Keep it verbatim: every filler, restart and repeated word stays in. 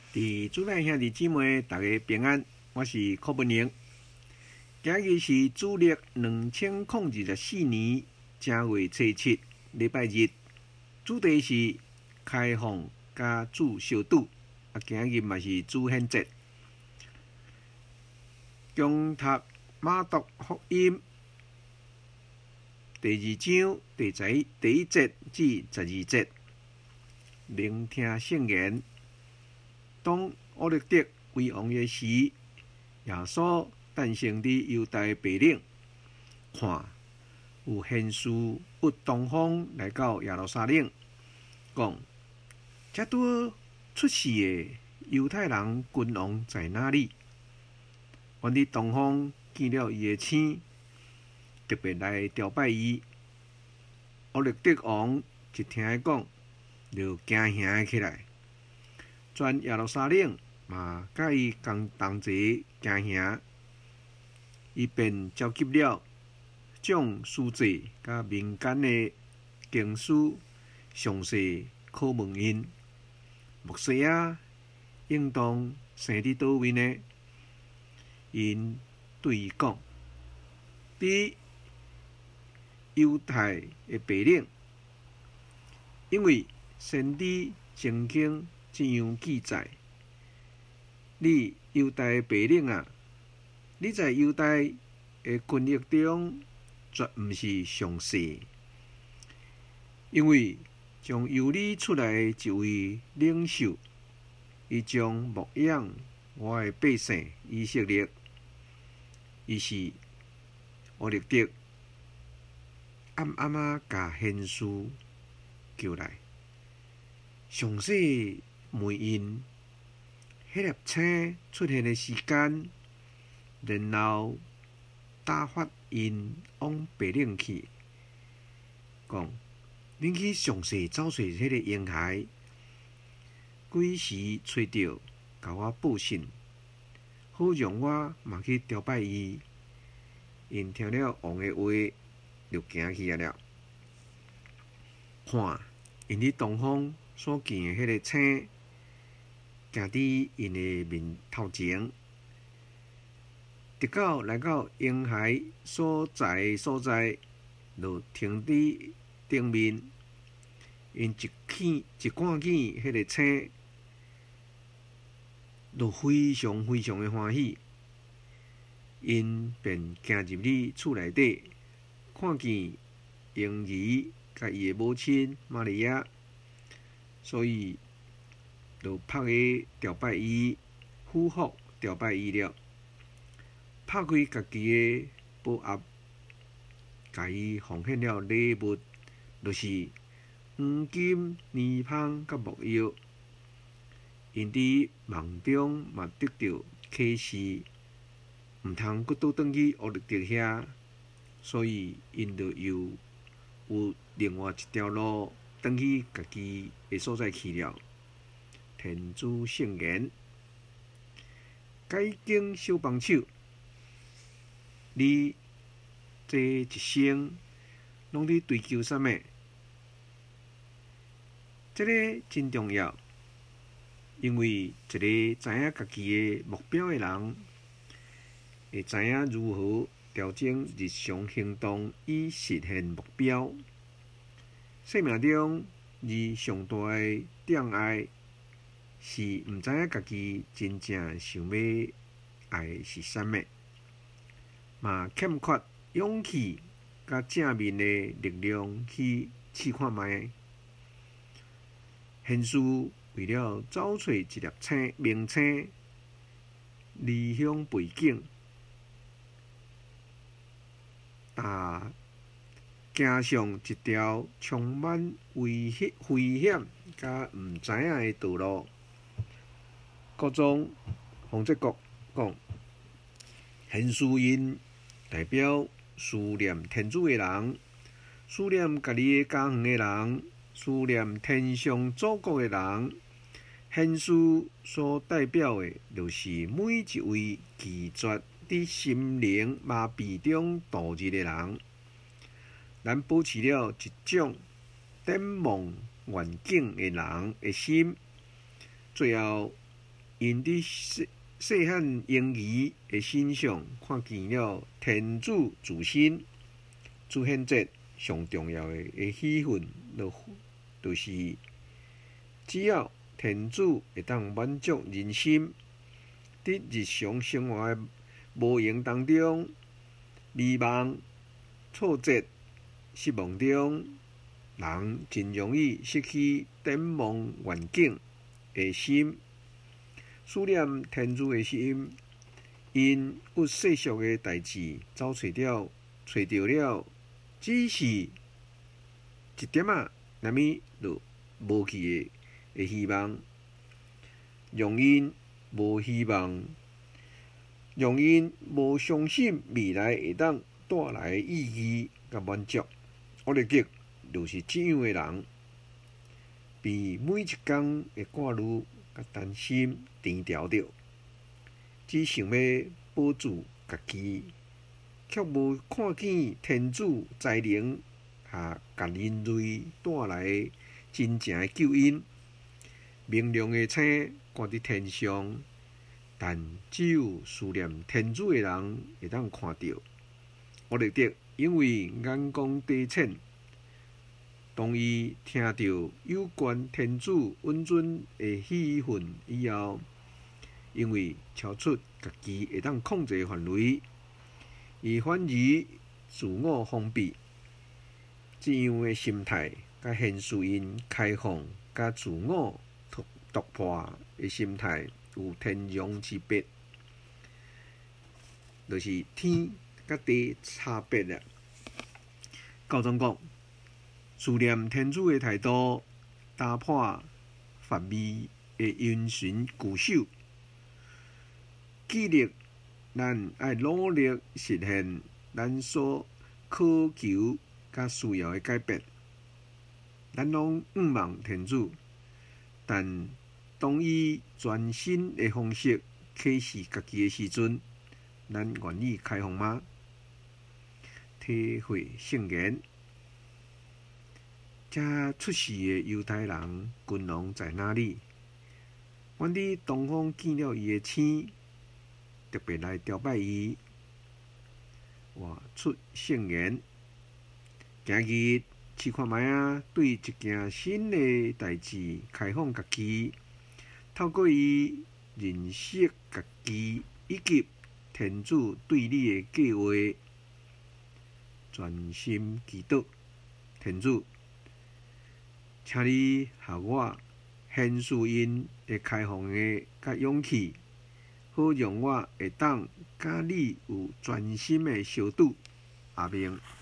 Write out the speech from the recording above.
伫主内兄弟姊妹，大家平安，我是柯文宁。今日是主历两千零二十四年正月初七，礼拜日。主题是开放加主小赌，啊，今日嘛是主显节。恭读马窦福音第二章第十第一节至十二节，聆听圣言。当欧律德为王的时，耶稣诞生伫犹太白领。看，有贤士不东方来到耶路撒冷，讲：这拄出世的犹太人君王在哪里？阮伫东方见了伊的星，特别来朝拜伊。欧律德王一听伊讲，就惊吓起来。全耶路撒冷嘛，甲伊共同齐惊吓，伊便召集了众书记甲民间的经师，详细拷问因：目西亚应当生伫倒位呢？因对伊讲：伫犹太的白领，因为先知圣经这样记载，你犹太白领啊，你在犹太的军役中绝毋是上世，因为从由你出来一位领袖，伊将牧养我的百姓以色列，伊是欧律德暗暗啊甲贤士叫来，详细问因迄粒星出现的时间，然后打发因往白领去，讲：恁去详细找寻迄个婴孩，几时找到，甲我报信，好让我嘛去朝拜伊。因听了王的话，就行去啊了。看，因伫东方所见的迄个星，行伫因的面头前，直到来到婴孩所在所在，就停伫顶面。因一见一看见迄个星，就非常非常的欢喜。因便行入去厝内底，看见婴儿甲伊的母亲玛利亚，所以就拍个朝拜伊，俯伏朝拜伊了。拍开家己的宝盒，甲伊奉献了礼物，就是黄金、泥香甲木药。因伫梦中嘛得到启示，毋通阁倒转去欧律德遐，所以因就又有另外一条路，转去家己的所在去了。天主圣言，解经小帮手，你这一生拢伫追求啥物？这个真重要，因为一个知影家己的目标的人，会知影如何调整日常行动以实现目标。生命中而上大的障碍，是毋知影家己真正想要爱是啥物，嘛欠缺勇气甲正面的力量去试看觅。贤士为了找找一粒星明星，离乡背景，踏行上一条充满危险、危险甲毋知影的道路。国中洪泽国讲：贤士因代表思念天主的人，思念家己的家园的人，思念天上祖国的人。贤士所代表的，就是每一位拒绝伫心灵麻痹中度日的人。咱保持了一种展望远景的人的心，最后因伫细细汉婴儿的身上看见了天主自身。主显节上重要的气氛，就就是只要天主会当满足人心，伫日常生活的无形当中，迷茫、挫折、失望中，人真容易失去展望愿景的心。思念天主的心，因有世俗的代志走找了，找到了，只是一点仔，那么就无去的的希望，让因无希望，让因无相信未来会当带来意义甲满足。我哋得就是这样的人，被每一天的挂虑甲担心填调着，只想要保住家己，却无看见天主才能下甲人类带来真正的救恩。明亮的星挂伫天上，但只有思念天主的人会当看到。我哋得因为眼光低浅，当伊听到有关天主温存的气氛以后，因为超出家己会当控制的范围，伊反而自我封闭。这样的心态，甲显示因开放甲自我突突破的心态有天壤之别，就是天甲地差别了。教宗讲，思念天主的态度，打破乏味的因循固守，激励咱爱努力实现咱所渴求甲需要的改变。咱拢仰望天主，但当以全新的方式启示家己的时阵，咱愿意开放吗？体会圣言。这出世的犹太人君王在哪里？阮伫东方见了伊的星，特别来朝拜伊。活出圣言。今日试看卖啊，对一件新的代志开放家己，透过伊认识家己以及天主对你的计划，专心祈祷。天主，请你效我显示因的开放的甲勇气，好让我会当甲你有专心的相拄。阿明。